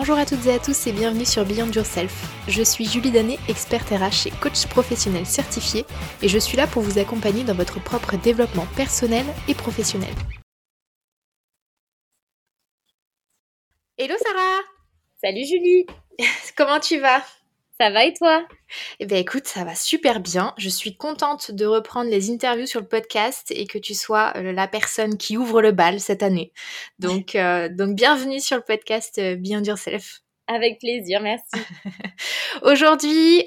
Bonjour à toutes et à tous et bienvenue sur Beyond Yourself. Je suis Julie Danet, experte RH et coach professionnel certifié et je suis là pour vous accompagner dans votre propre développement personnel et professionnel. Hello Sarah! Salut Julie! Comment tu vas? Ça va et toi? Eh bien écoute, ça va super bien. Je suis contente de reprendre les interviews sur le podcast et que tu sois la personne qui ouvre le bal cette année. Donc bienvenue sur le podcast Beyond Yourself. Avec plaisir, merci. Aujourd'hui,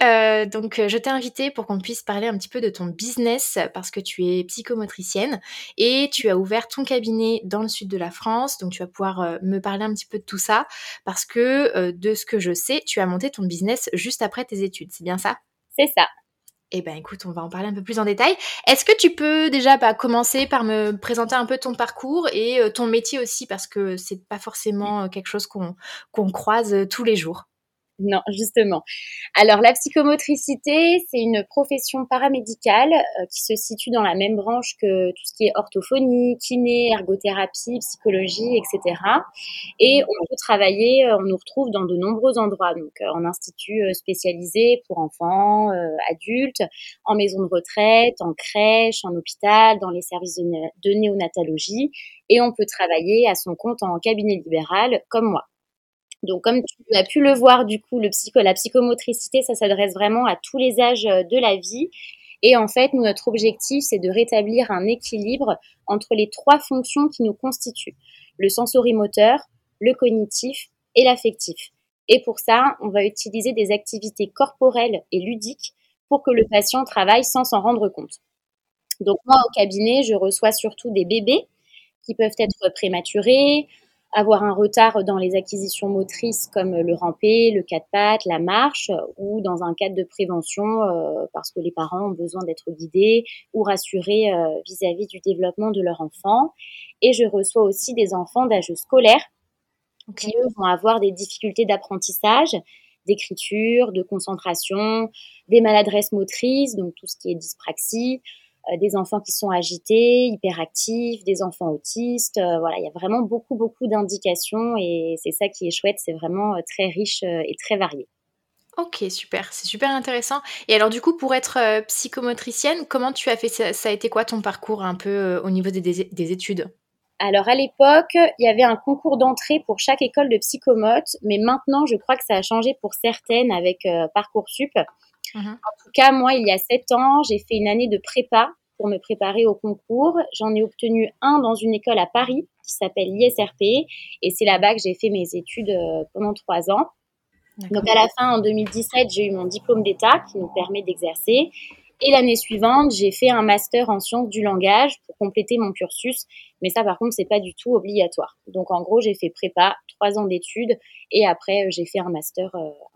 je t'ai invitée pour qu'on puisse parler un petit peu de ton business parce que tu es psychomotricienne et tu as ouvert ton cabinet dans le sud de la France. Donc, tu vas pouvoir me parler un petit peu de tout ça parce que de ce que je sais, tu as monté ton business juste après tes études. C'est bien ça? C'est ça. Eh ben écoute, on va en parler un peu plus en détail. Est-ce que tu peux déjà commencer par me présenter un peu ton parcours et ton métier aussi parce que c'est pas forcément quelque chose qu'on croise tous les jours. Non, justement. Alors, la psychomotricité, c'est une profession paramédicale qui se situe dans la même branche que tout ce qui est orthophonie, kiné, ergothérapie, psychologie, etc. Et on peut travailler, on nous retrouve dans de nombreux endroits, donc en institut spécialisé pour enfants, adultes, en maison de retraite, en crèche, en hôpital, dans les services de néonatologie. Et on peut travailler à son compte en cabinet libéral, comme moi. Donc, comme tu as pu le voir, du coup, la psychomotricité, ça s'adresse vraiment à tous les âges de la vie. Et en fait, nous, notre objectif, c'est de rétablir un équilibre entre les trois fonctions qui nous constituent. Le sensorimoteur, le cognitif et l'affectif. Et pour ça, on va utiliser des activités corporelles et ludiques pour que le patient travaille sans s'en rendre compte. Donc, moi, au cabinet, je reçois surtout des bébés qui peuvent être prématurés, avoir un retard dans les acquisitions motrices comme le ramper, le quatre pattes, la marche, ou dans un cadre de prévention parce que les parents ont besoin d'être guidés ou rassurés vis-à-vis du développement de leur enfant. Et je reçois aussi des enfants d'âge scolaire qui, eux, vont avoir des difficultés d'apprentissage, d'écriture, de concentration, des maladresses motrices, donc tout ce qui est dyspraxie, des enfants qui sont agités, hyperactifs, des enfants autistes. Voilà, il y a vraiment beaucoup, beaucoup d'indications et c'est ça qui est chouette. C'est vraiment très riche et très varié. Ok, super, c'est super intéressant. Et alors du coup, pour être psychomotricienne, comment tu as fait ça? Ça a été quoi ton parcours un peu au niveau des études? Alors à l'époque, il y avait un concours d'entrée pour chaque école de psychomote, mais maintenant, je crois que ça a changé pour certaines avec Parcoursup. Mhm. En tout cas, moi, il y a 7 ans, j'ai fait une année de prépa pour me préparer au concours. J'en ai obtenu un dans une école à Paris qui s'appelle l'ISRP et c'est là-bas que j'ai fait mes études pendant 3 ans. D'accord. Donc à la fin, en 2017, j'ai eu mon diplôme d'État qui nous permet d'exercer. Et l'année suivante, j'ai fait un master en sciences du langage pour compléter mon cursus. Mais ça, par contre, c'est pas du tout obligatoire. Donc en gros, j'ai fait prépa, 3 ans d'études et après, j'ai fait un master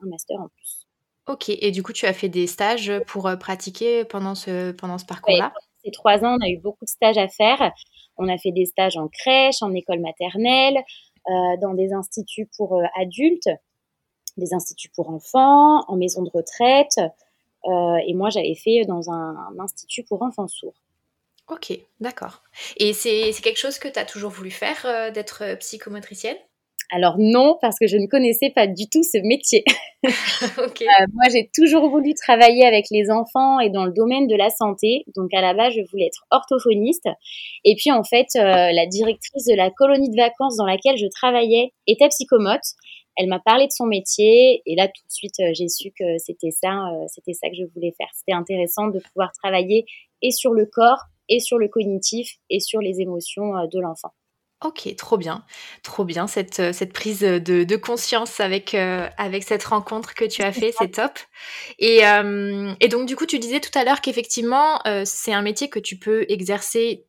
en plus. Ok, et du coup, tu as fait des stages pour pratiquer pendant ce Ouais, parcours-là? pendant ces 3 ans, on a eu beaucoup de stages à faire. On a fait des stages en crèche, en école maternelle, dans des instituts pour adultes, des instituts pour enfants, en maison de retraite. Et moi, j'avais fait dans un institut pour enfants sourds. Ok, d'accord. Et c'est quelque chose que tu as toujours voulu faire, d'être psychomotricienne? Alors non, parce que je ne connaissais pas du tout ce métier. Ok. Moi, j'ai toujours voulu travailler avec les enfants et dans le domaine de la santé. Donc, à la base, je voulais être orthophoniste. Et puis, en fait, la directrice de la colonie de vacances dans laquelle je travaillais était psychomote. Elle m'a parlé de son métier et là, tout de suite, j'ai su que c'était ça que je voulais faire. C'était intéressant de pouvoir travailler et sur le corps et sur le cognitif et sur les émotions de l'enfant. OK, trop bien cette prise, de conscience avec cette rencontre que tu as fait, c'est top. Et donc du coup, tu disais tout à l'heure qu'effectivement, c'est un métier que tu peux exercer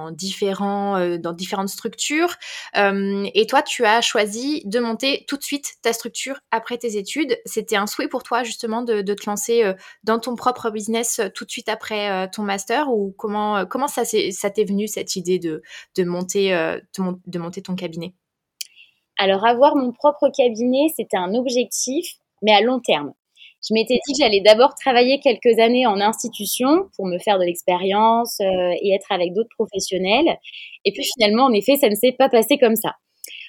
dans différentes structures. Et toi, tu as choisi de monter tout de suite ta structure après tes études. C'était un souhait pour toi justement de te lancer, dans ton propre business, tout de suite après, ton master ou comment ça t'est venu cette idée de monter ton cabinet? Alors, avoir mon propre cabinet, c'était un objectif, mais à long terme. Je m'étais dit que j'allais d'abord travailler quelques années en institution pour me faire de l'expérience et être avec d'autres professionnels. Et puis finalement, en effet, ça ne s'est pas passé comme ça.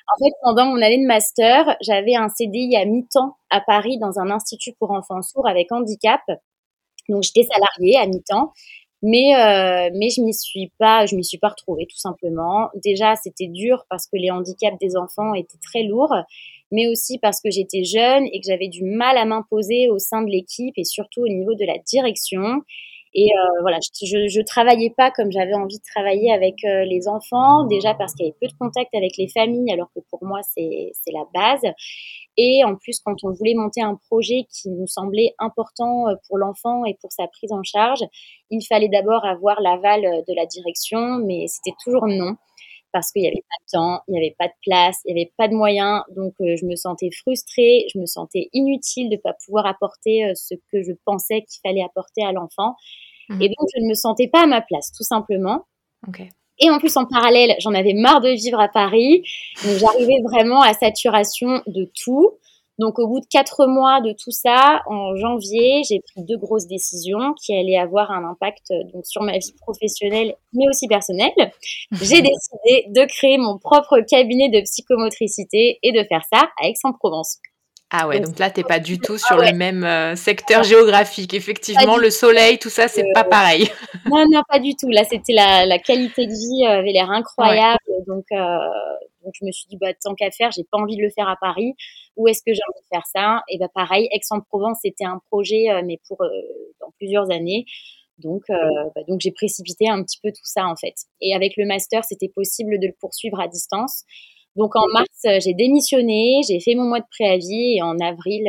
En fait, pendant mon année de master, j'avais un CDI à mi-temps à Paris dans un institut pour enfants sourds avec handicap. Donc j'étais salariée à mi-temps, mais je m'y suis pas retrouvée tout simplement. Déjà, c'était dur parce que les handicaps des enfants étaient très lourds, mais aussi parce que j'étais jeune et que j'avais du mal à m'imposer au sein de l'équipe et surtout au niveau de la direction. Et voilà, je travaillais pas comme j'avais envie de travailler avec les enfants, déjà parce qu'il y avait peu de contact avec les familles, alors que pour moi c'est la base. Et en plus, quand on voulait monter un projet qui nous semblait important pour l'enfant et pour sa prise en charge, il fallait d'abord avoir l'aval de la direction, mais c'était toujours non, parce qu'il n'y avait pas de temps, il n'y avait pas de place, il n'y avait pas de moyens. Donc, je me sentais frustrée, je me sentais inutile de ne pas pouvoir apporter ce que je pensais qu'il fallait apporter à l'enfant. Et donc, je ne me sentais pas à ma place, tout simplement. Ok. Et en plus, en parallèle, j'en avais marre de vivre à Paris. Donc, j'arrivais vraiment à saturation de tout. Donc, au bout de 4 mois de tout ça, en janvier, j'ai pris 2 grosses décisions qui allaient avoir un impact donc sur ma vie professionnelle, mais aussi personnelle. J'ai décidé de créer mon propre cabinet de psychomotricité et de faire ça à Aix-en-Provence. Ah ouais, Donc, donc là, t'es pas du tout ah sur le ouais, même secteur géographique. pas Effectivement, du le soleil, tout ça, c'est pas pareil. Non, non, pas du tout. Là, c'était la qualité de vie avait l'air Ouais. incroyable. Donc, je me suis dit, bah, tant qu'à faire, j'ai pas envie de le faire à Paris. Où est-ce que j'ai envie de faire ça? Et bah, pareil, Aix-en-Provence, c'était un projet, mais pour dans plusieurs années. Donc, j'ai précipité un petit peu tout ça, en fait. Et avec le master, c'était possible de le poursuivre à distance. Donc, en mars, j'ai démissionné, j'ai fait mon mois de préavis et en avril,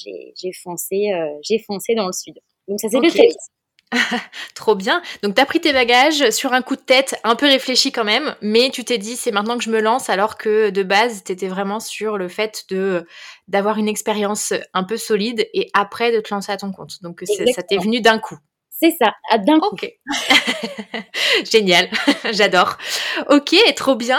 j'ai foncé dans le sud. Donc, ça s'est fait Ok. très vite. Trop bien. Donc, tu as pris tes bagages sur un coup de tête, un peu réfléchi quand même, mais tu t'es dit, c'est maintenant que je me lance, alors que de base, tu étais vraiment sur le fait d'avoir une expérience un peu solide et après de te lancer à ton compte. Donc, ça t'est Exactement. venu d'un coup. C'est ça, d'un coup. Ok. Génial, j'adore. Ok, trop bien.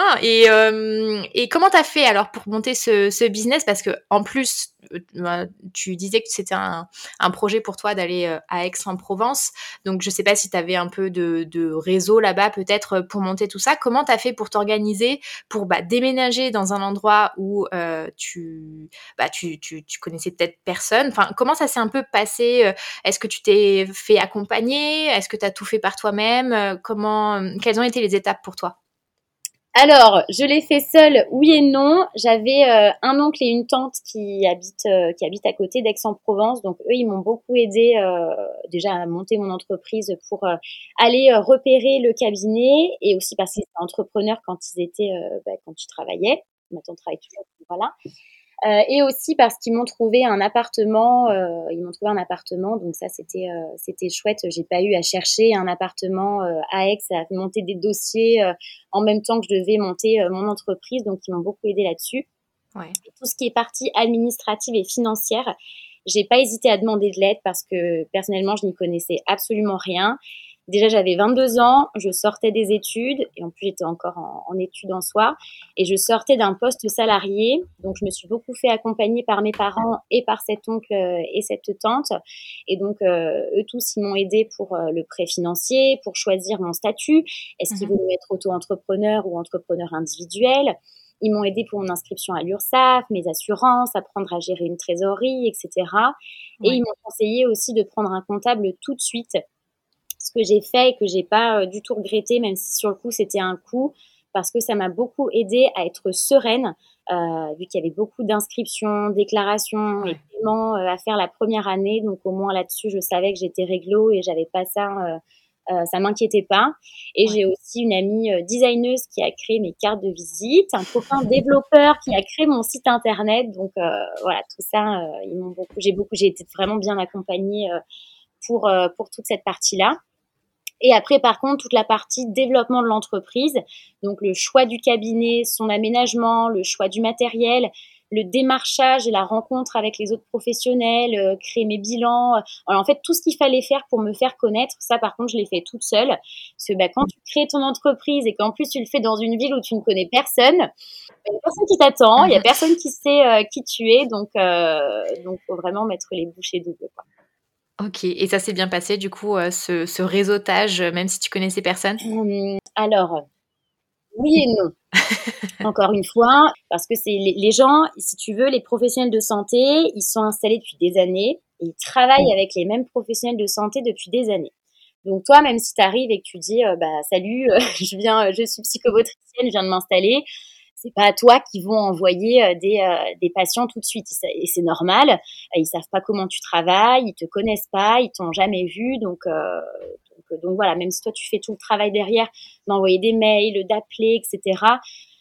Et comment t'as fait alors pour monter ce business? Parce que en plus, tu disais que c'était un projet pour toi d'aller à Aix-en-Provence. Donc je sais pas si tu avais un peu de réseau là-bas peut-être pour monter tout ça. Comment t'as fait pour t'organiser, pour déménager dans un endroit où tu connaissais peut-être personne? Enfin, comment ça s'est un peu passé? Est-ce que tu t'es fait accompagner? Est-ce que tu as tout fait par toi-même? Quelles ont été les étapes pour toi? Alors, je l'ai fait seule, oui et non. J'avais un oncle et une tante qui habitent à côté d'Aix-en-Provence. Donc, eux, ils m'ont beaucoup aidé déjà à monter mon entreprise pour aller repérer le cabinet et aussi parce qu'ils étaient entrepreneurs quand ils travaillaient. Ma tante travaille toujours, voilà. Et aussi parce qu'ils m'ont trouvé un appartement, donc ça c'était chouette. J'ai pas eu à chercher un appartement à Aix, à monter des dossiers en même temps que je devais monter mon entreprise, donc ils m'ont beaucoup aidé là-dessus. Ouais. Et tout ce qui est partie administrative et financière, j'ai pas hésité à demander de l'aide parce que personnellement je n'y connaissais absolument rien. Déjà, j'avais 22 ans, je sortais des études, et en plus, j'étais encore en études en soi, et je sortais d'un poste salarié. Donc, je me suis beaucoup fait accompagner par mes parents et par cet oncle et cette tante. Et donc, eux tous, ils m'ont aidé pour le prêt financier, pour choisir mon statut. Est-ce qu'il vaut mieux être auto-entrepreneur ou entrepreneur individuel? Ils m'ont aidé pour mon inscription à l'URSSAF, mes assurances, apprendre à gérer une trésorerie, etc. Et ils Ouais. m'ont conseillé aussi de prendre un comptable tout de suite, ce que j'ai fait et que j'ai pas du tout regretté, même si sur le coup c'était un coup, parce que ça m'a beaucoup aidé à être sereine, vu qu'il y avait beaucoup d'inscriptions, déclarations et Ouais. paiements à faire la première année. Donc au moins là-dessus, je savais que j'étais réglo et j'avais pas ça m'inquiétait pas. Et Ouais. j'ai aussi une amie designeuse qui a créé mes cartes de visite, un copain développeur qui a créé mon site internet. Donc voilà, tout ça, j'ai été vraiment bien accompagnée pour toute cette partie-là. Et après, par contre, toute la partie développement de l'entreprise, donc le choix du cabinet, son aménagement, le choix du matériel, le démarchage et la rencontre avec les autres professionnels, créer mes bilans. Alors, en fait, tout ce qu'il fallait faire pour me faire connaître, ça, par contre, je l'ai fait toute seule. Parce que quand tu crées ton entreprise et qu'en plus tu le fais dans une ville où tu ne connais personne, il n'y a personne qui t'attend, il n'y a Mhm. personne qui sait qui tu es. Donc, faut vraiment mettre les bouchées doubles, quoi. Ok, et ça s'est bien passé du coup, ce réseautage, même si tu connaissais personne? Alors, Oui et non. Encore une fois, parce que c'est les gens, si tu veux, les professionnels de santé, ils sont installés depuis des années et ils travaillent avec les mêmes professionnels de santé depuis des années. Donc toi, même si tu arrives et que tu dis, bah salut, je suis psychomotricienne, je viens de m'installer, c'est pas à toi qu'ils vont envoyer des patients tout de suite. Et c'est normal. Ils savent pas comment tu travailles, ils te connaissent pas, ils t'ont jamais vu, donc voilà. Même si toi tu fais tout le travail derrière, d'envoyer des mails, d'appeler, etc.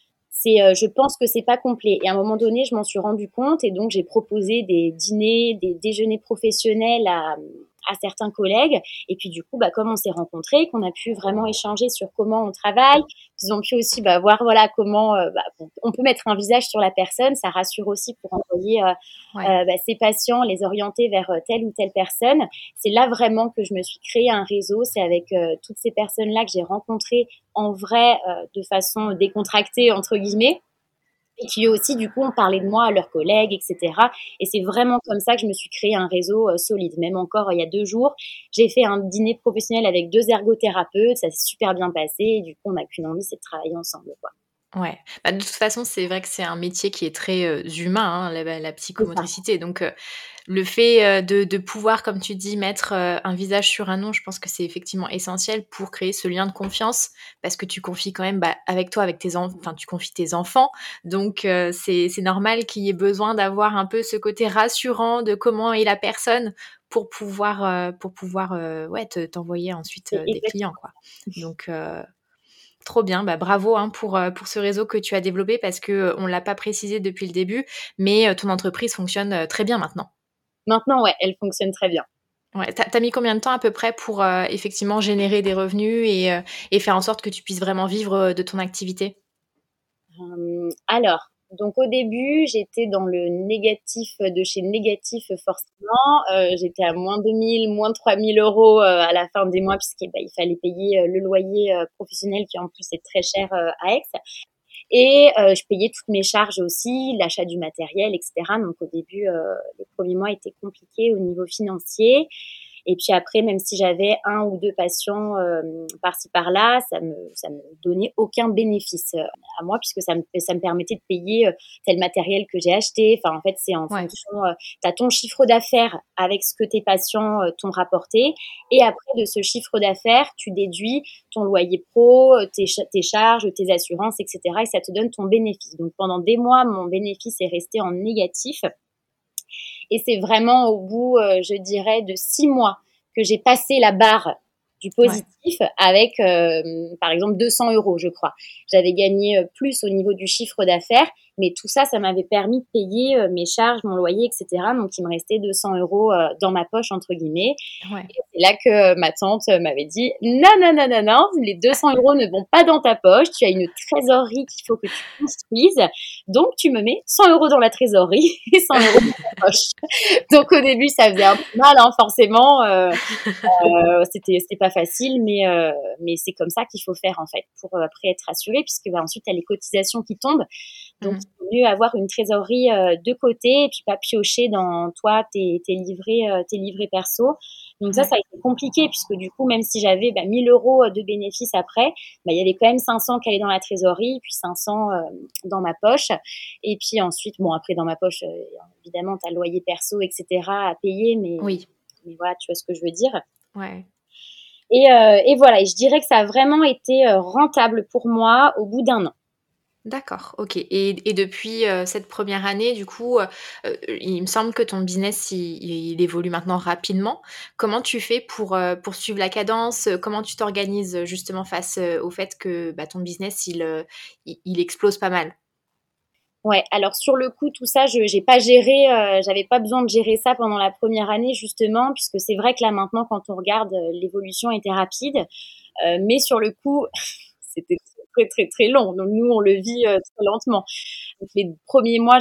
Je pense que c'est pas complet. Et à un moment donné, je m'en suis rendu compte et donc j'ai proposé des dîners, des déjeuners professionnels à certains collègues. Et puis du coup, bah, comme on s'est rencontrés, qu'on a pu vraiment échanger sur comment on travaille, ils ont pu aussi bah, voir voilà comment on peut mettre un visage sur la personne. Ça rassure aussi pour envoyer Ouais. ses patients, les orienter vers telle ou telle personne. C'est là vraiment que je me suis créé un réseau. C'est avec toutes ces personnes-là que j'ai rencontrées en vrai, de façon décontractée entre guillemets, et qui aussi du coup ont parlé de moi à leurs collègues, etc. Et c'est vraiment comme ça que je me suis créé un réseau solide. Même encore il y a 2 jours, j'ai fait un dîner professionnel avec 2 ergothérapeutes, ça s'est super bien passé, et du coup on n'a qu'une envie, c'est de travailler ensemble, quoi. Ouais. Bah, de toute façon, c'est vrai que c'est un métier qui est très, humain, hein, la C'est ça, psychomotricité. Donc, le fait, de pouvoir, comme tu dis, mettre, un visage sur un nom, je pense que c'est effectivement essentiel pour créer ce lien de confiance. Parce que tu confies quand même, bah, avec toi, avec tes enfin, tu confies tes enfants. Donc, c'est normal qu'il y ait besoin d'avoir un peu ce côté rassurant de comment est la personne pour pouvoir, ouais, t'envoyer ensuite, c'est des exact. clients, quoi. Donc, trop bien, bah, bravo, hein, pour ce réseau que tu as développé parce que, on l'a pas précisé depuis le début, mais, ton entreprise fonctionne, très bien maintenant. Maintenant, ouais, elle fonctionne très bien. Ouais, tu as mis combien de temps à peu près pour, effectivement générer des revenus et faire en sorte que tu puisses vraiment vivre, de ton activité? Alors, donc au début, j'étais dans le négatif de chez négatif forcément. J'étais à moins 2 000, moins 3 000 € à la fin des mois puisqu'il bah, il fallait payer le loyer professionnel qui en plus est très cher à Aix. Et je payais toutes mes charges aussi, l'achat du matériel, etc. Donc au début, les premiers mois étaient compliqués au niveau financier. Et puis après, même si j'avais 1 ou 2 patients par-ci par-là, ça me donnait aucun bénéfice à moi puisque ça me permettait de payer tel matériel que j'ai acheté. Enfin, en fait, c'est en Ouais. fonction, tu as ton chiffre d'affaires avec ce que tes patients t'ont rapporté. Et après, de ce chiffre d'affaires, tu déduis ton loyer pro, tes charges, tes assurances, etc. Et ça te donne ton bénéfice. Donc pendant des mois, mon bénéfice est resté en négatif. Et c'est vraiment au bout, je dirais, de 6 mois que j'ai passé la barre du Ouais. positif avec, par exemple, 200 €, je crois. J'avais gagné plus au niveau du chiffre d'affaires, mais tout ça, ça m'avait permis de payer mes charges, mon loyer, etc. Donc, il me restait 200 € dans ma poche, entre guillemets. Ouais. Et c'est là que ma tante m'avait dit non, non, non, non, non, les 200 € ne vont pas dans ta poche. Tu as une trésorerie qu'il faut que tu construises. Donc, tu me mets 100 € dans la trésorerie et 100 € dans ta poche. Donc, au début, ça faisait un peu mal, hein, forcément. C'était pas facile, mais c'est comme ça qu'il faut faire, en fait, pour après être assuré, puisque bah, ensuite, tu as les cotisations qui tombent. Donc, Mmh. il vaut mieux avoir une trésorerie de côté et puis pas piocher dans toi tes livrets perso. Donc ça Ouais. a été compliqué puisque du coup, même si j'avais 1 000 € de bénéfices après, bah, il y avait quand même 500 qui allaient dans la trésorerie, puis 500 dans ma poche. Et puis ensuite, bon, après, dans ma poche, évidemment, tu as le loyer perso, etc. à payer, Oui. mais voilà, tu vois ce que je veux dire. Ouais. Et voilà, et je dirais que ça a vraiment été rentable pour moi au bout d'1 an. D'accord, OK et depuis, cette première année du coup, il me semble que ton business il évolue maintenant rapidement. Comment tu fais pour suivre la cadence? Comment tu t'organises, justement face, au fait que, bah, ton business il explose pas mal? Ouais, alors sur le coup, tout ça, je j'ai pas géré, j'avais pas besoin de gérer ça pendant la première année justement, puisque c'est vrai que là maintenant quand on regarde, l'évolution était rapide, mais sur le coup, c'était très, très, très long. Donc nous, on le vit, très lentement. Donc les premiers mois,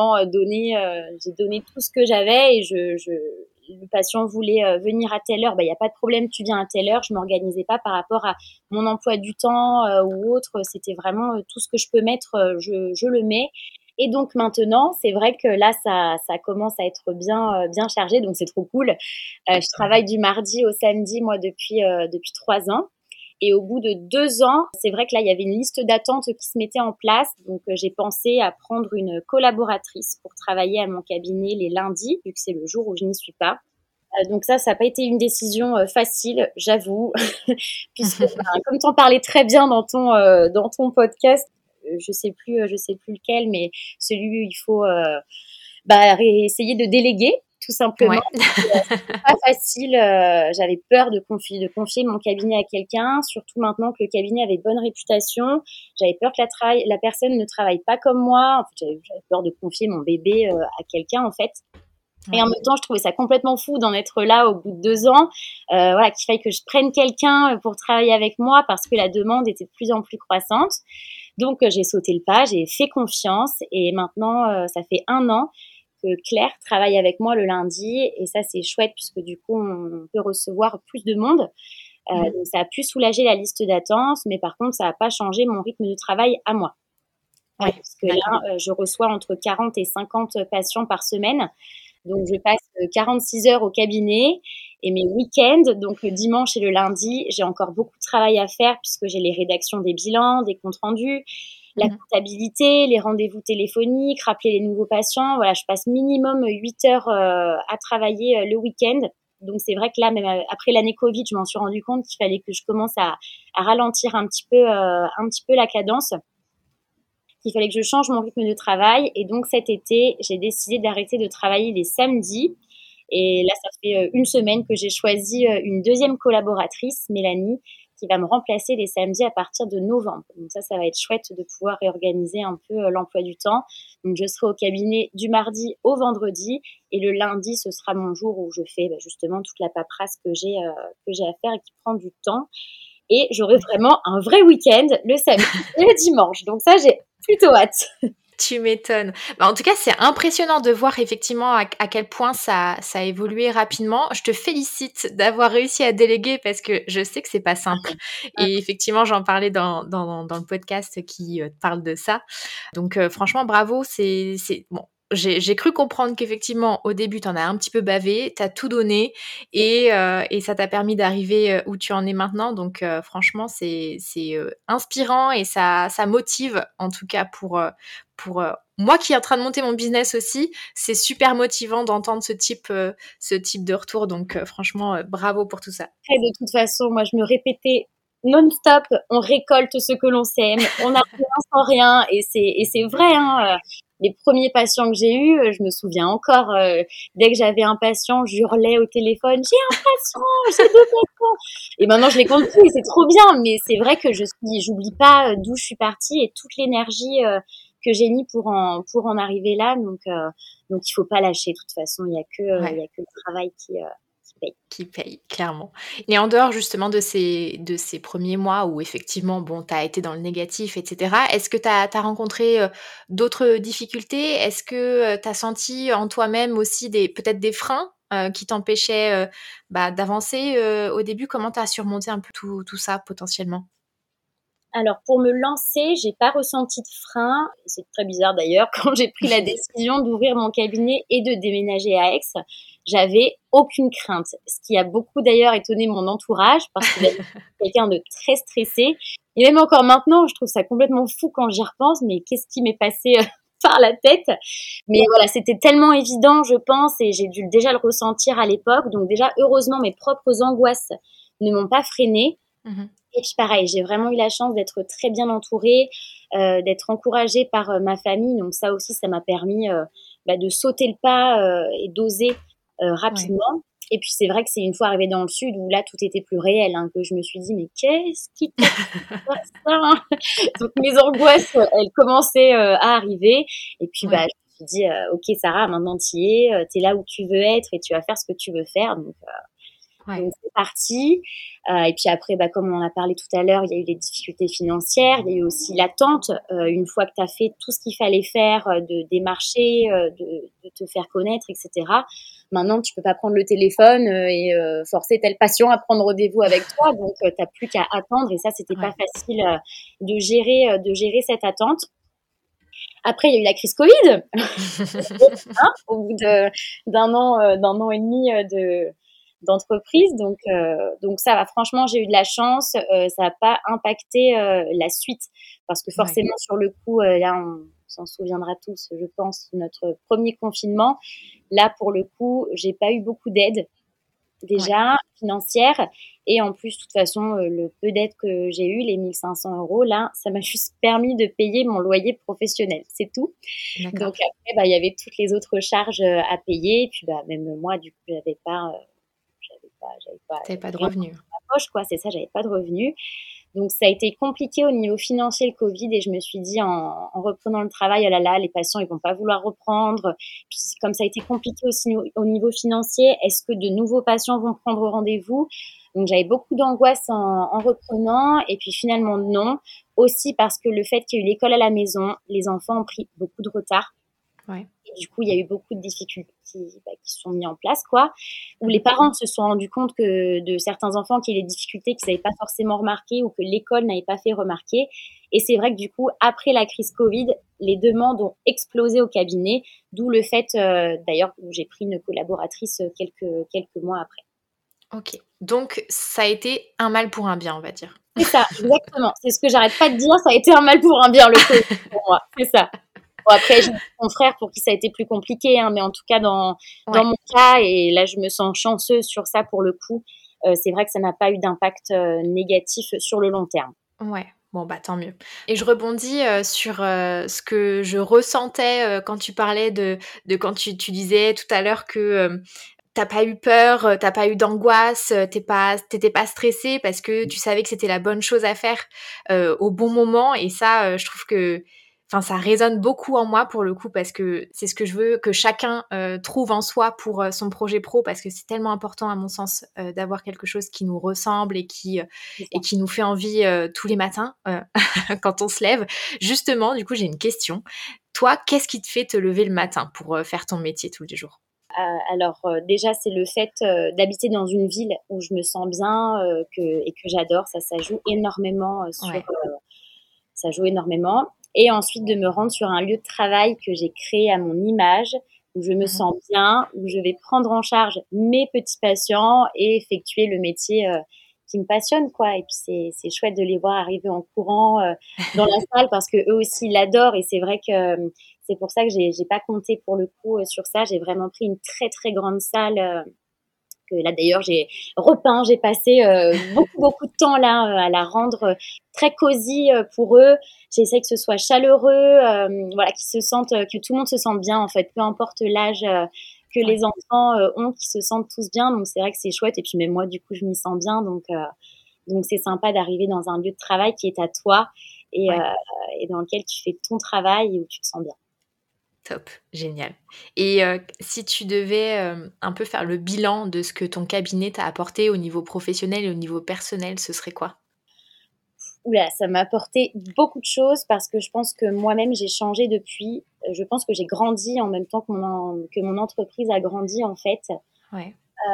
j'ai donné tout ce que j'avais et le patient voulait venir à telle heure, bah, il y a pas de problème, tu viens à telle heure. Je m'organisais pas par rapport à mon emploi du temps, ou autre. C'était vraiment, tout ce que je peux mettre, je le mets. Et donc maintenant, c'est vrai que là, ça commence à être bien chargé, donc c'est trop cool. Je travaille du mardi au samedi, moi, depuis 3 ans. Et au bout de 2 ans, c'est vrai que là, il y avait une liste d'attente qui se mettait en place. Donc, j'ai pensé à prendre une collaboratrice pour travailler à mon cabinet les lundis, vu que c'est le jour où je n'y suis pas. Donc ça n'a pas été une décision facile, j'avoue, puisque comme tu en parlais très bien dans ton podcast, je sais plus lequel, mais celui où il faut essayer de déléguer tout simplement. Ouais. C'est pas facile. J'avais peur de confier mon cabinet à quelqu'un, surtout maintenant que le cabinet avait bonne réputation. J'avais peur que la personne ne travaille pas comme moi. En fait, j'avais peur de confier mon bébé à quelqu'un en fait. Et en même temps, je trouvais ça complètement fou d'en être là au bout de 2 ans. Qu'il faille que je prenne quelqu'un pour travailler avec moi parce que la demande était de plus en plus croissante. Donc, j'ai sauté le pas, j'ai fait confiance et maintenant, ça fait 1 an que Claire travaille avec moi le lundi et ça, c'est chouette puisque du coup, on peut recevoir plus de monde. Donc, ça a pu soulager la liste d'attente, mais par contre, ça n'a pas changé mon rythme de travail à moi. Ouais, parce que là, je reçois entre 40 et 50 patients par semaine. Donc, je passe 46 heures au cabinet et mes week-ends, donc le dimanche et le lundi, j'ai encore beaucoup de travail à faire puisque j'ai les rédactions des bilans, des comptes rendus, la comptabilité, les rendez-vous téléphoniques, rappeler les nouveaux patients. Voilà, je passe minimum 8 heures à travailler le week-end. Donc, c'est vrai que là, même après l'année Covid, je m'en suis rendu compte qu'il fallait que je commence à ralentir un petit peu la cadence. Il fallait que je change mon rythme de travail. Et donc, cet été, j'ai décidé d'arrêter de travailler les samedis. Et là, ça fait 1 semaine que j'ai choisi une deuxième collaboratrice, Mélanie, qui va me remplacer les samedis à partir de novembre. Donc ça va être chouette de pouvoir réorganiser un peu l'emploi du temps. Donc, je serai au cabinet du mardi au vendredi. Et le lundi, ce sera mon jour où je fais justement toute la paperasse que j'ai à faire et qui prend du temps. Et j'aurai vraiment un vrai week-end le samedi et le dimanche. Donc ça, j'ai plutôt hâte. Tu m'étonnes. En tout cas, c'est impressionnant de voir effectivement à quel point ça a évolué rapidement. Je te félicite d'avoir réussi à déléguer parce que je sais que c'est pas simple. Et effectivement, j'en parlais dans le podcast qui parle de ça. Donc franchement, bravo. C'est bon. J'ai cru comprendre qu'effectivement, au début, t'en as un petit peu bavé, t'as tout donné et ça t'a permis d'arriver où tu en es maintenant. Donc franchement, c'est inspirant et ça motive en tout cas pour moi qui est en train de monter mon business aussi, c'est super motivant d'entendre ce type de retour. Donc franchement, bravo pour tout ça. Et de toute façon, moi, je me répétais non-stop, on récolte ce que l'on sème, on n'a rien sans rien. Et c'est vrai, hein. Les premiers patients que j'ai eus, je me souviens encore, dès que j'avais un patient, j'hurlais au téléphone, j'ai un patient, j'ai 2 patients. Et maintenant, je les compte plus et c'est trop bien. Mais c'est vrai que j'oublie pas d'où je suis partie et toute l'énergie que j'ai mis pour en arriver là. Donc il faut pas lâcher. De toute façon, il y a que le travail qui paye. Qui paye, clairement. Et en dehors justement de ces premiers mois où effectivement, bon, tu as été dans le négatif, et cetera, est-ce que tu as rencontré, d'autres difficultés? Est-ce que, tu as senti en toi-même aussi peut-être des freins, qui t'empêchaient, d'avancer, au début? Comment tu as surmonté un peu tout ça potentiellement? Alors pour me lancer, j'ai pas ressenti de frein. C'est très bizarre d'ailleurs, quand j'ai pris la décision d'ouvrir mon cabinet et de déménager à Aix, j'avais aucune crainte. Ce qui a beaucoup d'ailleurs étonné mon entourage parce que j'étais quelqu'un de très stressé. Et même encore maintenant, je trouve ça complètement fou quand j'y repense, mais qu'est-ce qui m'est passé par la tête? Mais voilà, c'était tellement évident, je pense, et j'ai dû déjà le ressentir à l'époque. Donc déjà, heureusement, mes propres angoisses ne m'ont pas freinée. Mmh. Et puis pareil, j'ai vraiment eu la chance d'être très bien entourée, d'être encouragée par ma famille. Donc ça aussi, ça m'a permis de sauter le pas et d'oser Ouais. rapidement. Et puis c'est vrai que c'est une fois arrivée dans le sud où là, tout était plus réel, hein, que je me suis dit, mais qu'est-ce qui t'a fait faire ça, hein? Donc mes angoisses, elles commençaient à arriver. Et puis Ouais. je me suis dit, ok Sarah, maintenant tu y es, t'es là où tu veux être et tu vas faire ce que tu veux faire. Ouais. Donc c'est parti. Et puis après, comme on en a parlé tout à l'heure, il y a eu les difficultés financières, il y a eu aussi l'attente. Une fois que tu as fait tout ce qu'il fallait faire, de démarcher, de te faire connaître, etc. Maintenant, tu peux pas prendre le téléphone et forcer tel patient à prendre rendez-vous avec toi. Donc, tu n'as plus qu'à attendre. Et ça, c'était pas Ouais. facile de gérer cette attente. Après, il y a eu la crise Covid. Au bout d'un an et demi d'entreprise. Donc ça va. Franchement, j'ai eu de la chance. Ça n'a pas impacté la suite parce que forcément, sur le coup, là, on s'en souviendra tous, je pense, notre premier confinement. Là, pour le coup, j'ai pas eu beaucoup d'aide déjà financière. Et en plus, de toute façon, le peu d'aide que j'ai eu, les 1 500 €, là, ça m'a juste permis de payer mon loyer professionnel. C'est tout. D'accord. Donc après, il y avait toutes les autres charges à payer. Et puis, même moi, du coup, j'avais T'avais pas de rien revenus. dans ma poche, quoi. C'est ça, j'avais pas de revenus. Donc ça a été compliqué au niveau financier, le Covid, et je me suis dit en reprenant le travail, oh là là, les patients, ils vont pas vouloir reprendre. Puis comme ça a été compliqué aussi au niveau financier, est-ce que de nouveaux patients vont prendre rendez-vous? Donc j'avais beaucoup d'angoisse en reprenant, et puis finalement non. Aussi parce que le fait qu'il y ait eu l'école à la maison, les enfants ont pris beaucoup de retard. Et du coup, il y a eu beaucoup de difficultés qui se sont mises en place, quoi. Où les parents se sont rendus compte que de certains enfants qui avaient des difficultés qu'ils n'avaient pas forcément remarquées ou que l'école n'avait pas fait remarquer. Et c'est vrai que du coup, après la crise Covid, les demandes ont explosé au cabinet, d'où le fait, d'ailleurs, où j'ai pris une collaboratrice quelques mois après. Ok. Donc, ça a été un mal pour un bien, on va dire. C'est ça, exactement. C'est ce que j'arrête pas de dire, ça a été un mal pour un bien, le Covid, pour moi. C'est ça. Bon, après, j'ai mon frère pour qui ça a été plus compliqué, hein, mais en tout cas, dans mon cas, et là, je me sens chanceuse sur ça pour le coup, c'est vrai que ça n'a pas eu d'impact négatif sur le long terme. Ouais. Bon, bah, tant mieux. Et je rebondis sur ce que je ressentais quand tu parlais de quand tu disais tout à l'heure que t'as pas eu peur, t'as pas eu d'angoisse, t'étais pas stressée parce que tu savais que c'était la bonne chose à faire au bon moment. Et ça, je trouve que, enfin, ça résonne beaucoup en moi pour le coup parce que c'est ce que je veux que chacun trouve en soi pour son projet pro, parce que c'est tellement important à mon sens d'avoir quelque chose qui nous ressemble et qui nous fait envie tous les matins quand on se lève. Justement, du coup, j'ai une question. Toi, qu'est-ce qui te fait te lever le matin pour faire ton métier tous les jours? Alors déjà, c'est le fait d'habiter dans une ville où je me sens bien et que j'adore. Ça joue énormément ça joue énormément. Et ensuite, de me rendre sur un lieu de travail que j'ai créé à mon image, où je me sens bien, où je vais prendre en charge mes petits patients et effectuer le métier qui me passionne, quoi. Et puis, c'est chouette de les voir arriver en courant dans la salle parce que eux aussi l'adorent. Et c'est vrai que c'est pour ça que j'ai pas compté pour le coup sur ça. J'ai vraiment pris une très, très grande salle que là d'ailleurs j'ai repeint, j'ai passé beaucoup de temps là à la rendre très cosy pour eux. J'essaie que ce soit chaleureux, voilà, qu'ils se sentent, que tout le monde se sente bien en fait, peu importe l'âge que les enfants ont, qu'ils se sentent tous bien. Donc c'est vrai que c'est chouette, et puis même moi du coup je m'y sens bien, donc c'est sympa d'arriver dans un lieu de travail qui est à toi et dans lequel tu fais ton travail et où tu te sens bien. Top, génial. Et si tu devais, un peu faire le bilan de ce que ton cabinet t'a apporté au niveau professionnel et au niveau personnel, ce serait quoi? Oula, ça m'a apporté beaucoup de choses parce que je pense que moi-même j'ai changé depuis. Je pense que j'ai grandi en même temps que mon entreprise a grandi en fait. Ouais.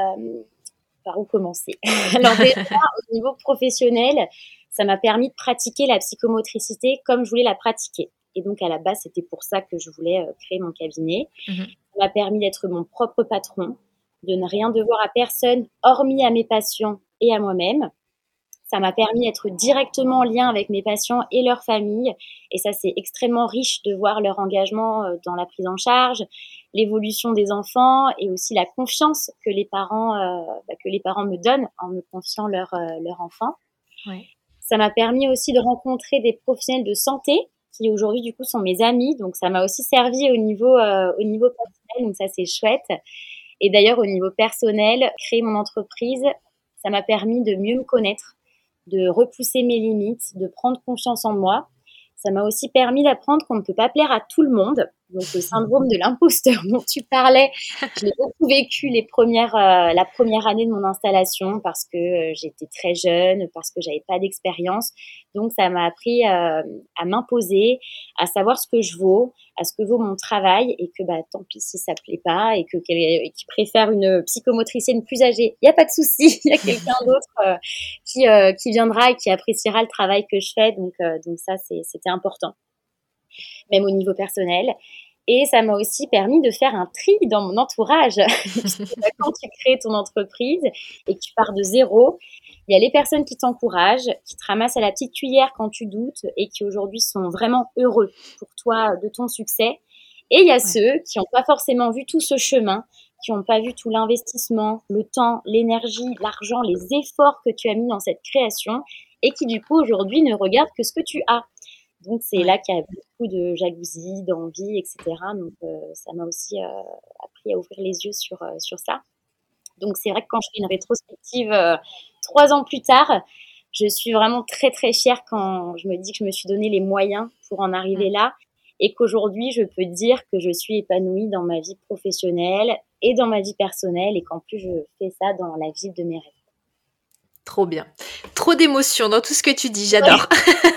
Par où commencer? Alors déjà, au niveau professionnel, ça m'a permis de pratiquer la psychomotricité comme je voulais la pratiquer. Et donc à la base, c'était pour ça que je voulais créer mon cabinet. Mmh. Ça m'a permis d'être mon propre patron, de ne rien devoir à personne, hormis à mes patients et à moi-même. Ça m'a permis d'être directement en lien avec mes patients et leurs familles. Et ça, c'est extrêmement riche de voir leur engagement dans la prise en charge, l'évolution des enfants et aussi la confiance que les parents me donnent en me confiant leur enfant. Ouais. Ça m'a permis aussi de rencontrer des professionnels de santé qui aujourd'hui du coup sont mes amis. Donc ça m'a aussi servi au niveau personnel. Donc ça, c'est chouette. Et d'ailleurs, au niveau personnel, créer mon entreprise, ça m'a permis de mieux me connaître, de repousser mes limites, de prendre confiance en moi. Ça m'a aussi permis d'apprendre qu'on ne peut pas plaire à tout le monde. Donc le syndrome de l'imposteur dont tu parlais, je l'ai beaucoup vécu la première année de mon installation parce que j'étais très jeune, parce que j'avais pas d'expérience. Donc ça m'a appris à m'imposer, à savoir ce que je vaux, à ce que vaut mon travail, et que tant pis si ça plaît pas et qui préfère une psychomotricienne plus âgée, il y a pas de souci, il y a quelqu'un d'autre qui viendra et qui appréciera le travail que je fais. Donc ça c'était important, même au niveau personnel. Et ça m'a aussi permis de faire un tri dans mon entourage. Quand tu crées ton entreprise et que tu pars de zéro, il y a les personnes qui t'encouragent, qui te ramassent à la petite cuillère quand tu doutes et qui aujourd'hui sont vraiment heureux pour toi de ton succès. Et il y a ceux qui n'ont pas forcément vu tout ce chemin, qui n'ont pas vu tout l'investissement, le temps, l'énergie, l'argent, les efforts que tu as mis dans cette création et qui du coup aujourd'hui ne regardent que ce que tu as. Donc c'est là qu'il y a beaucoup de jalousie, d'envie, etc. Donc ça m'a aussi appris à ouvrir les yeux sur ça. Donc c'est vrai que quand je fais une rétrospective 3 ans plus tard, je suis vraiment très très fière quand je me dis que je me suis donné les moyens pour en arriver là et qu'aujourd'hui je peux dire que je suis épanouie dans ma vie professionnelle et dans ma vie personnelle et qu'en plus je fais ça dans la vie de mes rêves. Trop bien. Trop d'émotions dans tout ce que tu dis, j'adore.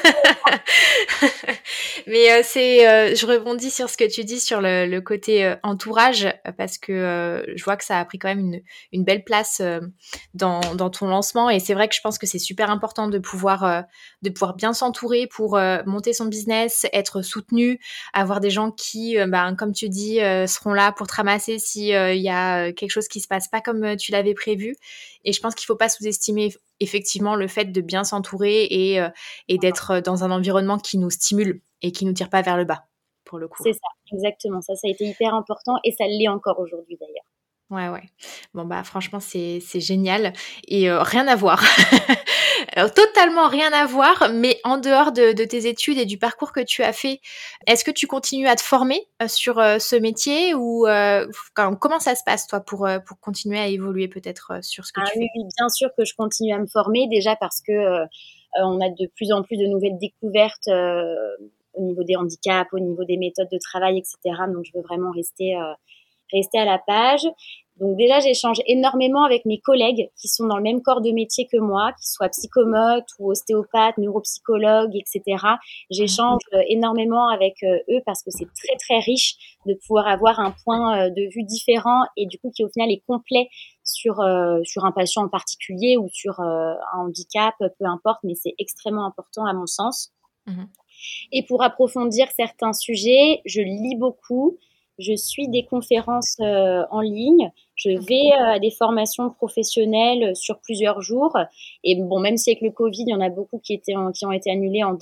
Mais je rebondis sur ce que tu dis sur le côté entourage parce que je vois que ça a pris quand même une belle place dans ton lancement et c'est vrai que je pense que c'est super important de pouvoir bien s'entourer pour monter son business, être soutenu, avoir des gens qui, comme tu dis, seront là pour te ramasser si il y a quelque chose qui se passe pas comme tu l'avais prévu. Et je pense qu'il faut pas sous-estimer effectivement le fait de bien s'entourer et d'être dans un environnement qui nous stimule et qui nous tire pas vers le bas, pour le coup. C'est ça, exactement. Ça a été hyper important et ça l'est encore aujourd'hui d'ailleurs. Ouais. Bon, franchement, c'est génial et rien à voir. Totalement rien à voir, mais en dehors de tes études et du parcours que tu as fait, est-ce que tu continues à te former sur ce métier ou comment ça se passe, toi, pour continuer à évoluer peut-être sur ce que tu fais? Oui, bien sûr que je continue à me former déjà parce que on a de plus en plus de nouvelles découvertes au niveau des handicaps, au niveau des méthodes de travail, etc. Donc, je veux vraiment rester à la page. Donc déjà, j'échange énormément avec mes collègues qui sont dans le même corps de métier que moi, qu'ils soient psychomotes ou ostéopathes, neuropsychologues, etc. J'échange énormément avec eux parce que c'est très, très riche de pouvoir avoir un point de vue différent et du coup qui au final est complet sur un patient en particulier ou sur un handicap, peu importe, mais c'est extrêmement important à mon sens. Et pour approfondir certains sujets, je lis beaucoup. Je suis des conférences en ligne. Je vais à des formations professionnelles sur plusieurs jours. Et bon, même si avec le Covid, il y en a beaucoup qui ont été annulés en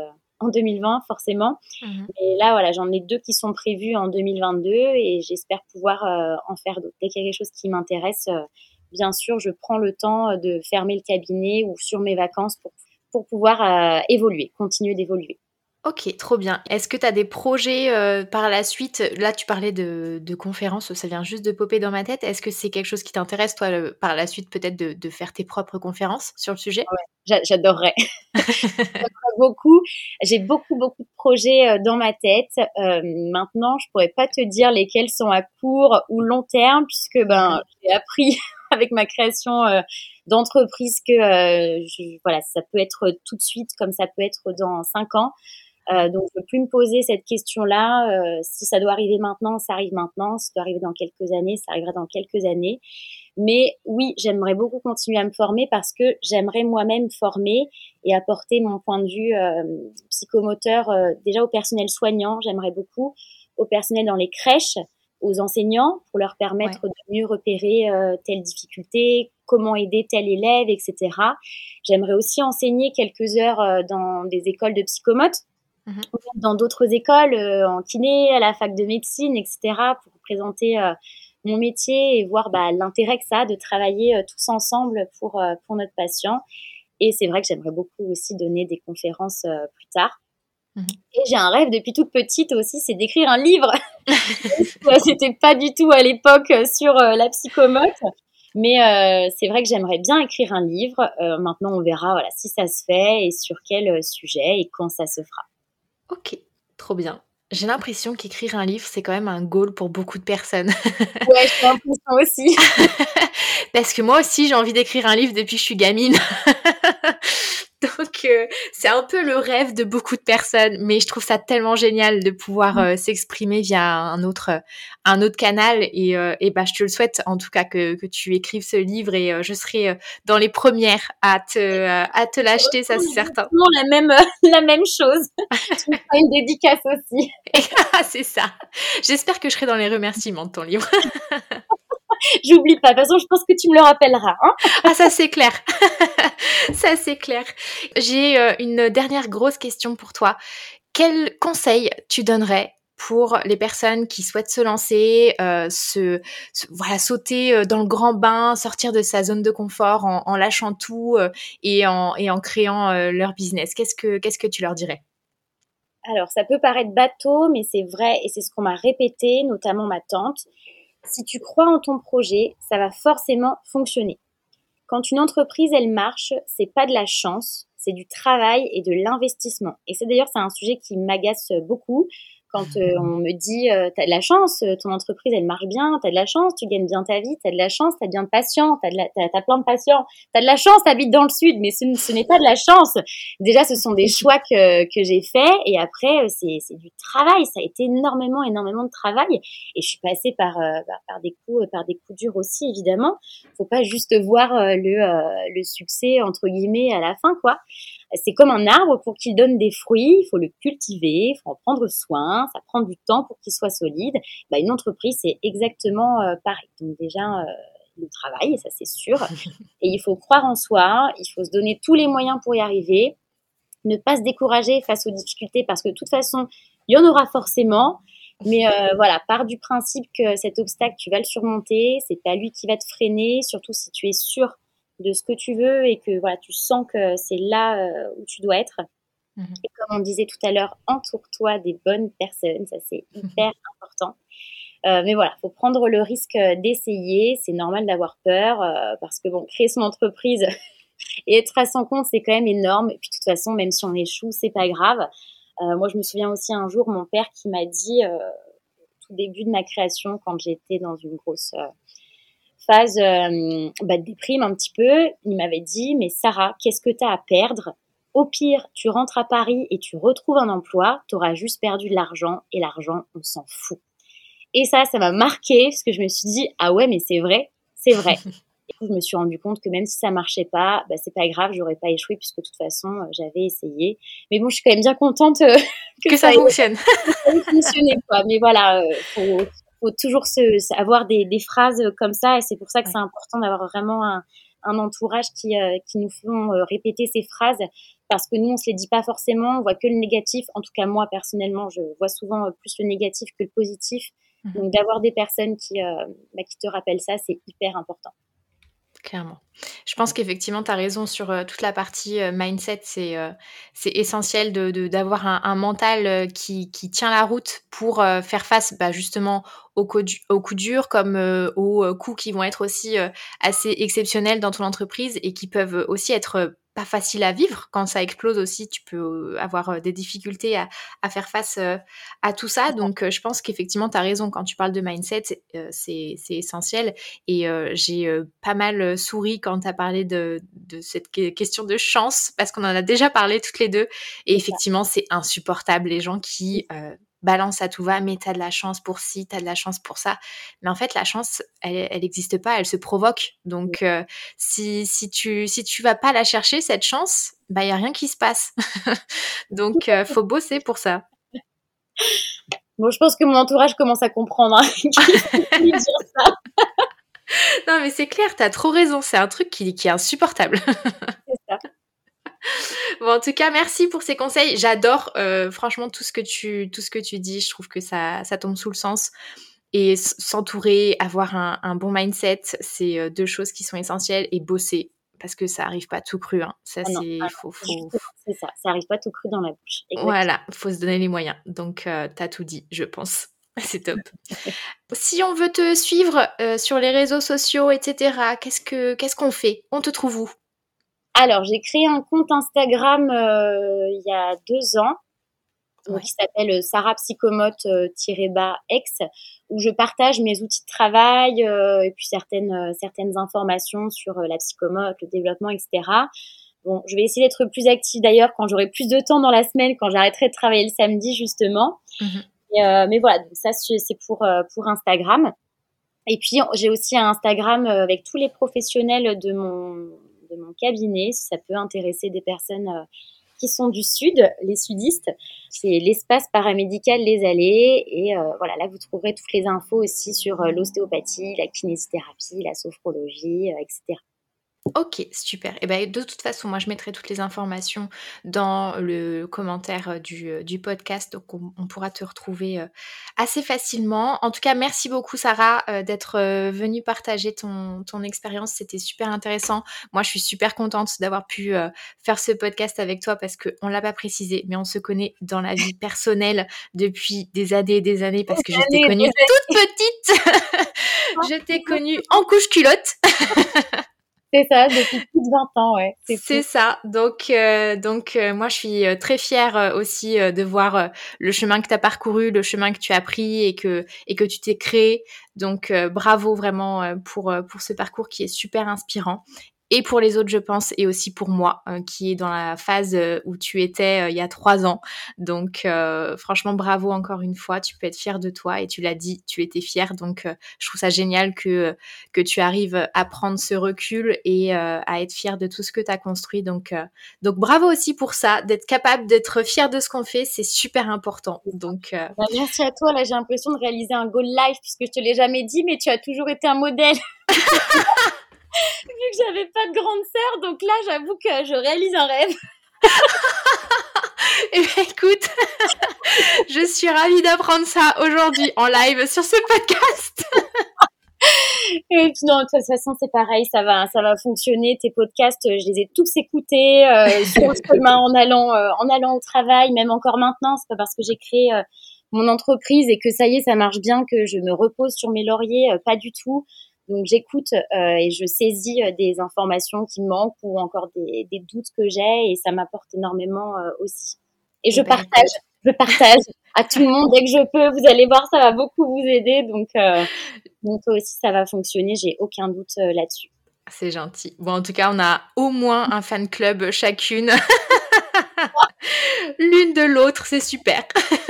2020, forcément. Mais là, voilà, j'en ai 2 qui sont prévus en 2022 et j'espère pouvoir en faire d'autres. Dès qu'il y a quelque chose qui m'intéresse, bien sûr, je prends le temps de fermer le cabinet ou sur mes vacances pour pouvoir évoluer, continuer d'évoluer. Ok, trop bien. Est-ce que tu as des projets par la suite? Là, tu parlais de conférences, ça vient juste de popper dans ma tête. Est-ce que c'est quelque chose qui t'intéresse, toi, par la suite, peut-être de faire tes propres conférences sur le sujet? Ouais, j'adorerais. J'adorerais beaucoup. J'ai beaucoup, beaucoup de projets dans ma tête. Maintenant, je pourrais pas te dire lesquels sont à court ou long terme, puisque j'ai appris avec ma création d'entreprise que voilà, ça peut être tout de suite comme ça peut être dans 5 ans. Donc, je ne peux plus me poser cette question-là. Si ça doit arriver maintenant, ça arrive maintenant. Si ça doit arriver dans quelques années, ça arrivera dans quelques années. Mais oui, j'aimerais beaucoup continuer à me former parce que j'aimerais moi-même former et apporter mon point de vue psychomoteur déjà au personnel soignant. J'aimerais beaucoup au personnel dans les crèches, aux enseignants pour leur permettre de mieux repérer telle difficulté, comment aider tel élève, etc. J'aimerais aussi enseigner quelques heures dans des écoles de psychomotes. Dans d'autres écoles, en kiné, à la fac de médecine, etc., pour présenter mon métier et voir l'intérêt que ça a de travailler tous ensemble pour notre patient. Et c'est vrai que j'aimerais beaucoup aussi donner des conférences plus tard. Et j'ai un rêve depuis toute petite aussi, c'est d'écrire un livre. C'était pas du tout à l'époque sur la psychomote. Mais c'est vrai que j'aimerais bien écrire un livre. Maintenant, on verra si ça se fait et sur quel sujet et quand ça se fera. Ok, trop bien. J'ai l'impression qu'écrire un livre, c'est quand même un goal pour beaucoup de personnes. Ouais, j'ai l'impression aussi. Parce que moi aussi, j'ai envie d'écrire un livre depuis que je suis gamine. Donc, que c'est un peu le rêve de beaucoup de personnes, mais je trouve ça tellement génial de pouvoir s'exprimer via un autre canal. Et bah, je te le souhaite en tout cas que tu écrives ce livre et je serai dans les premières à te l'acheter, ça c'est certain. La même chose. Tu me feras une dédicace aussi. C'est ça. J'espère que je serai dans les remerciements de ton livre. J'oublie pas. De toute façon, je pense que tu me le rappelleras. Hein. Ah, ça c'est clair. Ça c'est clair. J'ai une dernière grosse question pour toi. Quel conseil tu donnerais pour les personnes qui souhaitent se lancer, voilà, sauter dans le grand bain, sortir de sa zone de confort en lâchant tout et en créant leur business? Qu'est-ce que tu leur dirais? Alors, ça peut paraître bateau, mais c'est vrai et c'est ce qu'on m'a répété, notamment ma tante. Si tu crois en ton projet, ça va forcément fonctionner. Quand une entreprise, elle marche, c'est pas de la chance, c'est du travail et de l'investissement. Et c'est un sujet qui m'agace beaucoup quand on me dit t'as de la chance, ton entreprise elle marche bien, t'as de la chance, tu gagnes bien ta vie, t'as de la chance, t'as bien de patients, t'as plein de patients, t'as de la chance, t'habites dans le sud, mais ce n'est pas de la chance. Déjà, ce sont des choix que j'ai faits et après c'est du travail. Ça a été énormément de travail et je suis passée par des coups durs aussi évidemment. Faut pas juste voir le succès entre guillemets à la fin quoi. C'est comme un arbre, pour qu'il donne des fruits, il faut le cultiver, il faut en prendre soin, ça prend du temps pour qu'il soit solide. Bah, une entreprise, c'est exactement pareil. Donc déjà, le travail, ça c'est sûr. Et il faut croire en soi, il faut se donner tous les moyens pour y arriver, ne pas se décourager face aux difficultés parce que de toute façon, il y en aura forcément. Mais voilà, pars du principe que cet obstacle, tu vas le surmonter, c'est pas lui qui va te freiner, surtout si tu es sûr de ce que tu veux et que voilà, tu sens que c'est là où tu dois être. Et comme on disait tout à l'heure, entoure-toi des bonnes personnes, ça c'est hyper important. Mais voilà, faut prendre le risque d'essayer, c'est normal d'avoir peur parce que bon, créer son entreprise et être à son compte, c'est quand même énorme. Et puis de toute façon, même si on échoue, c'est pas grave. Moi, je me souviens aussi un jour, mon père qui m'a dit, tout début de ma création, quand j'étais dans une grosse phase de déprime un petit peu, il m'avait dit, mais Sarah, qu'est-ce que tu as à perdre? Au pire, tu rentres à Paris et tu retrouves un emploi, tu auras juste perdu de l'argent et l'argent, on s'en fout. Et ça m'a marqué parce que je me suis dit, ah ouais, mais c'est vrai, c'est vrai. Et puis, je me suis rendu compte que même si ça marchait pas, bah, c'est pas grave, j'aurais pas échoué puisque de toute façon, j'avais essayé. Mais bon, je suis quand même bien contente que ça fonctionne. Ça ait fonctionné, quoi. Mais voilà, faut toujours avoir des phrases comme ça et c'est pour ça que c'est important d'avoir vraiment un entourage qui nous font répéter ces phrases parce que nous, on se les dit pas forcément, on voit que le négatif. En tout cas, moi, personnellement, je vois souvent plus le négatif que le positif. Donc, d'avoir des personnes qui te rappellent ça, c'est hyper important. Clairement. Je pense qu'effectivement, tu as raison sur toute la partie mindset. C'est essentiel d'avoir un mental qui tient la route pour faire face justement aux coups durs comme aux coups qui vont être aussi assez exceptionnels dans ton entreprise et qui peuvent aussi être pas faciles à vivre. Quand ça explose aussi, tu peux avoir des difficultés à faire face à tout ça. Donc, je pense qu'effectivement, tu as raison. Quand tu parles de mindset, c'est essentiel. Et j'ai pas mal souri quand tu as parlé de cette question de chance, parce qu'on en a déjà parlé toutes les deux. Et effectivement, c'est insupportable, les gens qui balancent à tout va, mais t'as de la chance pour ci, t'as de la chance pour ça. Mais en fait, la chance, elle n'existe pas, elle se provoque. Donc, si tu vas pas la chercher, cette chance, il y a rien qui se passe. Donc, faut bosser pour ça. Bon, je pense que mon entourage commence à comprendre qui dire ça. Non, mais c'est clair, t'as trop raison. C'est un truc qui est insupportable. C'est ça. Bon, en tout cas, merci pour ces conseils. J'adore franchement tout ce que tu dis. Je trouve que ça tombe sous le sens. Et s'entourer, avoir un bon mindset, c'est deux choses qui sont essentielles. Et bosser, parce que ça arrive pas tout cru. Hein. Ça, c'est ça. Ça arrive pas tout cru dans la bouche. Exactement. Voilà, faut se donner les moyens. Donc, t'as tout dit, je pense. C'est top. Si on veut te suivre sur les réseaux sociaux, etc., qu'est-ce qu'on fait? On te trouve où? Alors, j'ai créé un compte Instagram il y a 2 ans, qui s'appelle Sarah Psychomote-ex, où je partage mes outils de travail et puis certaines informations sur la psychomote, le développement, etc. Bon, je vais essayer d'être plus active d'ailleurs quand j'aurai plus de temps dans la semaine, quand j'arrêterai de travailler le samedi justement. Mmh. Mais voilà, donc ça c'est pour Instagram. Et puis j'ai aussi un Instagram avec tous les professionnels de mon cabinet, si ça peut intéresser des personnes qui sont du sud, les sudistes. C'est l'espace paramédical Les Allées. Et voilà, là vous trouverez toutes les infos aussi sur l'ostéopathie, la kinésithérapie, la sophrologie, etc. OK, super. Et ben, de toute façon, moi, je mettrai toutes les informations dans le commentaire, du podcast, donc on pourra te retrouver, assez facilement. En tout cas, merci beaucoup Sarah, d'être, venue partager ton expérience. C'était super intéressant. Moi, je suis super contente d'avoir pu, faire ce podcast avec toi parce qu'on l'a pas précisé, mais on se connaît dans la vie personnelle depuis des années et des années parce que je t'ai connue toute petite. Je t'ai connue en couche culotte. C'est ça, depuis plus de 20 ans, ouais. C'est ça. Donc, moi, je suis très fière aussi de voir le chemin que tu as parcouru, le chemin que tu as pris et que tu t'es créé. Donc, bravo vraiment pour ce parcours qui est super inspirant. Et pour les autres, je pense, et aussi pour moi, qui est dans la phase où tu étais il y a 3 ans. Donc, franchement, bravo encore une fois. Tu peux être fière de toi et tu l'as dit, tu étais fière. Donc, je trouve ça génial que tu arrives à prendre ce recul et à être fière de tout ce que tu as construit. Donc, bravo aussi pour ça, d'être capable d'être fière de ce qu'on fait, c'est super important. Donc, Bah, merci à toi. Là, j'ai l'impression de réaliser un goal life puisque je te l'ai jamais dit, mais tu as toujours été un modèle. Vu que j'avais pas de grande sœur, donc là, j'avoue que je réalise un rêve. eh bien, écoute, je suis ravie d'apprendre ça aujourd'hui en live sur ce podcast. Et puis non, de toute façon, c'est pareil, ça va fonctionner. Tes podcasts, je les ai tous écoutés sur le chemin en allant au travail, même encore maintenant. C'est pas parce que j'ai créé mon entreprise et que ça y est, ça marche bien que je me repose sur mes lauriers, pas du tout. Donc j'écoute et je saisis des informations qui me manquent ou encore des doutes que j'ai et ça m'apporte énormément aussi. Et je partage à tout le monde dès que je peux. Vous allez voir, ça va beaucoup vous aider. Donc toi aussi, ça va fonctionner. J'ai aucun doute là-dessus. C'est gentil. Bon, en tout cas, on a au moins un fan club chacune. L'une de l'autre, c'est super.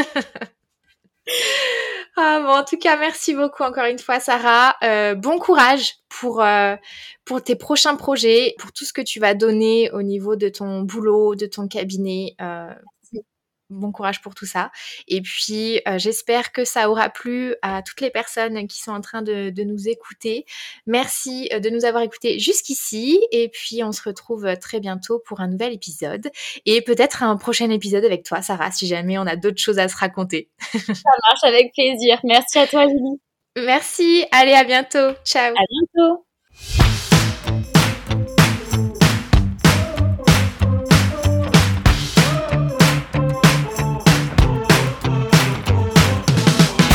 Ah, bon, en tout cas, merci beaucoup encore une fois, Sarah. Bon courage pour tes prochains projets, pour tout ce que tu vas donner au niveau de ton boulot, de ton cabinet. Bon courage pour tout ça. Et puis, j'espère que ça aura plu à toutes les personnes qui sont en train de nous écouter. Merci de nous avoir écoutés jusqu'ici. Et puis, on se retrouve très bientôt pour un nouvel épisode. Et peut-être un prochain épisode avec toi, Sarah, si jamais on a d'autres choses à se raconter. Ça marche avec plaisir. Merci à toi, Julie. Merci. Allez, à bientôt. Ciao. À bientôt.